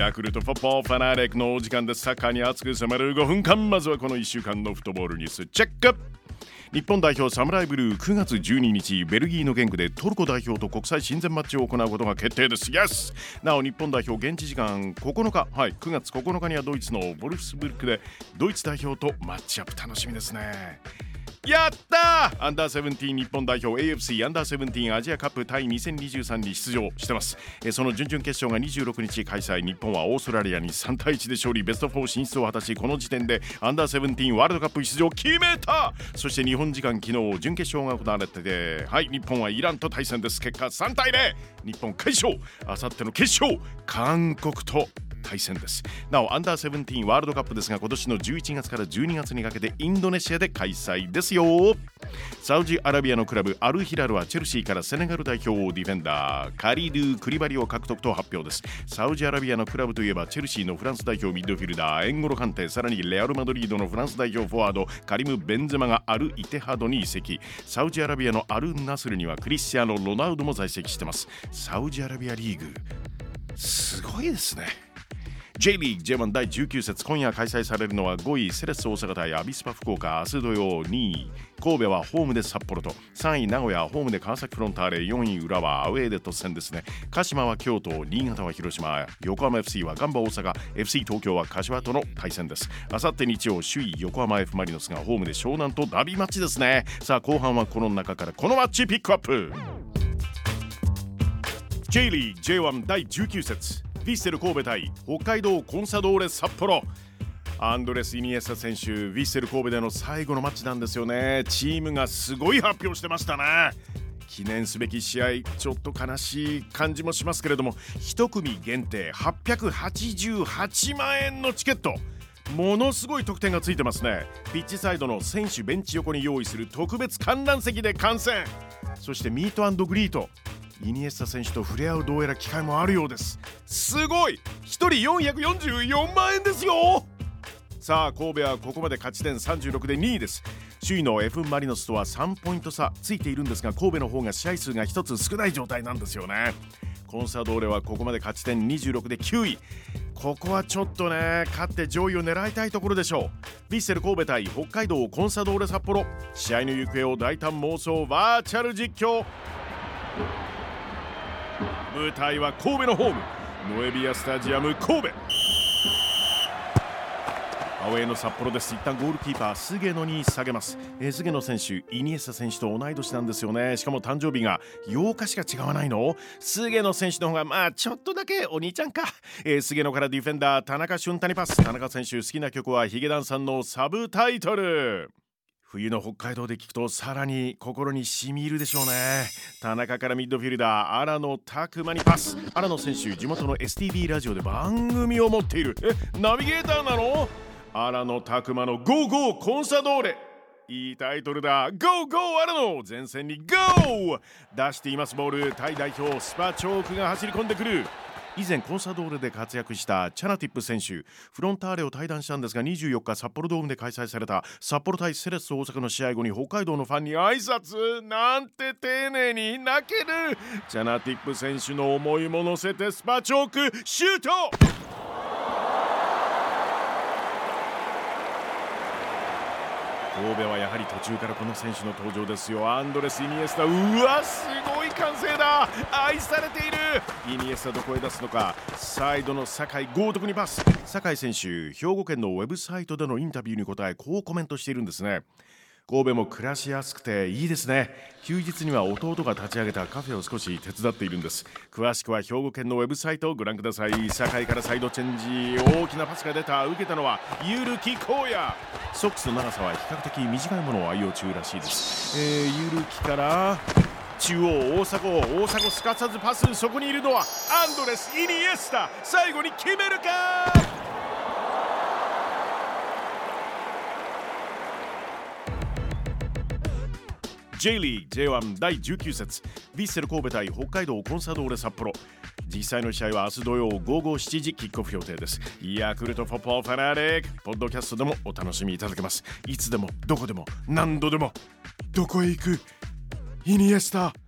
ヤクルトフォッポーファナリックのお時間です。サッカーに熱く迫る5分間、まずはこの1週間のフットボールニュースチェック。日本代表サムライブルー9月12日ベルギーのゲンクでトルコ代表と国際親善マッチを行うことが決定です。Yes! なお日本代表現地時間9日、9月9日にはドイツのボルフスブルクでドイツ代表とマッチアップ、楽しみですね。やったー！アンダー17日本代表 AFC アンダー17アジアカップ対2023に出場してます。その準々決勝が26日開催。日本はオーストラリアに3対1で勝利、ベスト4進出を果たし、この時点でアンダー17ワールドカップ出場を決めた。そして日本時間昨日準決勝が行われてて、日本はイランと対戦です。結果3対0、日本快勝。あさっての決勝、韓国と対戦です。なおアンダー17ワールドカップですが、今年の11月から12月にかけてインドネシアで開催ですよ。サウジアラビアのクラブアルヒラルはチェルシーからセネガル代表ディフェンダーカリドゥ・クリバリを獲得と発表です。サウジアラビアのクラブといえばチェルシーのフランス代表ミッドフィルダーエンゴロカンテ、さらにレアルマドリードのフランス代表フォワードカリム・ベンゼマがアル・イテハドに移籍。サウジアラビアのアル・ナスルにはクリスティアーノ・ロナウドも在籍してます。サウジアラビアリーグすごいですね。J リーグ J1 第19節、今夜開催されるのは5位セレッソ大阪対アビスパ福岡、明日土曜。2位神戸はホームで札幌と、3位名古屋ホームで川崎フロンターレ、4位浦和アウェーで突戦ですね。鹿島は京都、新潟は広島、横浜 FC はガンバ大阪、 FC 東京は柏との対戦です。あさって日曜、首位横浜 F マリノスがホームで湘南とダービーマッチですね。さあ後半はこの中からこのマッチピックアップ。 J リーグ J1 第19節、ヴィッセル神戸対北海道コンサドーレ札幌。アンドレス・イニエスタ選手、ヴィッセル神戸での最後のマッチなんですよね。チームがすごい発表してましたね。記念すべき試合、ちょっと悲しい感じもしますけれども、1組限定888万円のチケット、ものすごい特典がついてますね。ピッチサイドの選手ベンチ横に用意する特別観覧席で観戦、そしてミート&グリート、イニエスタ選手と触れ合うどうやら機会もあるようです。すごい、1人444万円ですよ。さあ神戸はここまで勝ち点36で2位です。首位の F マリノスとは3ポイント差ついているんですが、神戸の方が試合数が1つ少ない状態なんですよね。コンサドーレはここまで勝ち点26で9位。ここはちょっとね、勝って上位を狙いたいところでしょう。ヴィッセル神戸対北海道コンサドーレ札幌、試合の行方を大胆妄想バーチャル実況。舞台は神戸のホーム、ノエビアスタジアム神戸。アウェーの札幌です。一旦ゴールキーパー菅野に下げます。菅野選手、イニエスタ選手と同い年なんですよね。しかも誕生日が8日しか違わないの。菅野選手の方がちょっとだけお兄ちゃんか。菅野からディフェンダー田中俊太にパス。田中選手好きな曲はヒゲダンさんのサブタイトル。冬の北海道で聞くとさらに心に染み入るでしょうね。田中からミッドフィルダー荒野拓磨にパス。荒野選手、地元の STB ラジオで番組を持っている。ナビゲーターなの？荒野拓磨の Go Go コンサドーレ、いいタイトルだ。 Go Go 荒野、前線に Go 出しています。ボール、タイ代表スパチョークが走り込んでくる。以前コンサドーレで活躍したチャナティップ選手、フロンターレを退団したんですが、24日札幌ドームで開催された札幌対セレッソ大阪の試合後に北海道のファンに挨拶。なんて丁寧に泣ける。チャナティップ選手の思いも乗せてスパチョークシュート。神戸はやはり途中からこの選手の登場ですよ。アンドレス・イニエスタ、うわすごい歓声だ。愛されている。イニエスタどこへ出すのか。サイドの酒井、豪徳にパス。酒井選手、兵庫県のウェブサイトでのインタビューに答え、こうコメントしているんですね。神戸も暮らしやすくていいですね。休日には弟が立ち上げたカフェを少し手伝っているんです。詳しくは兵庫県のウェブサイトをご覧ください。酒井からサイドチェンジ、大きなパスが出た。受けたのはゆるきこうや。ソックスの長さは比較的短いものを愛用中らしいです。ゆるきから中央、大迫すかさずパス。そこにいるのはアンドレス・イニエスタ。最後に決めるか。J リーグ J1 第19節、ヴィッセル神戸対北海道コンサドーレ札幌。実際の試合は明日土曜午後7時キックオフ予定です。ヤクルトフォッポーファナリック、ポッドキャストでもお楽しみいただけます。いつでもどこでも何度でも、どこへ行くイニエスタ。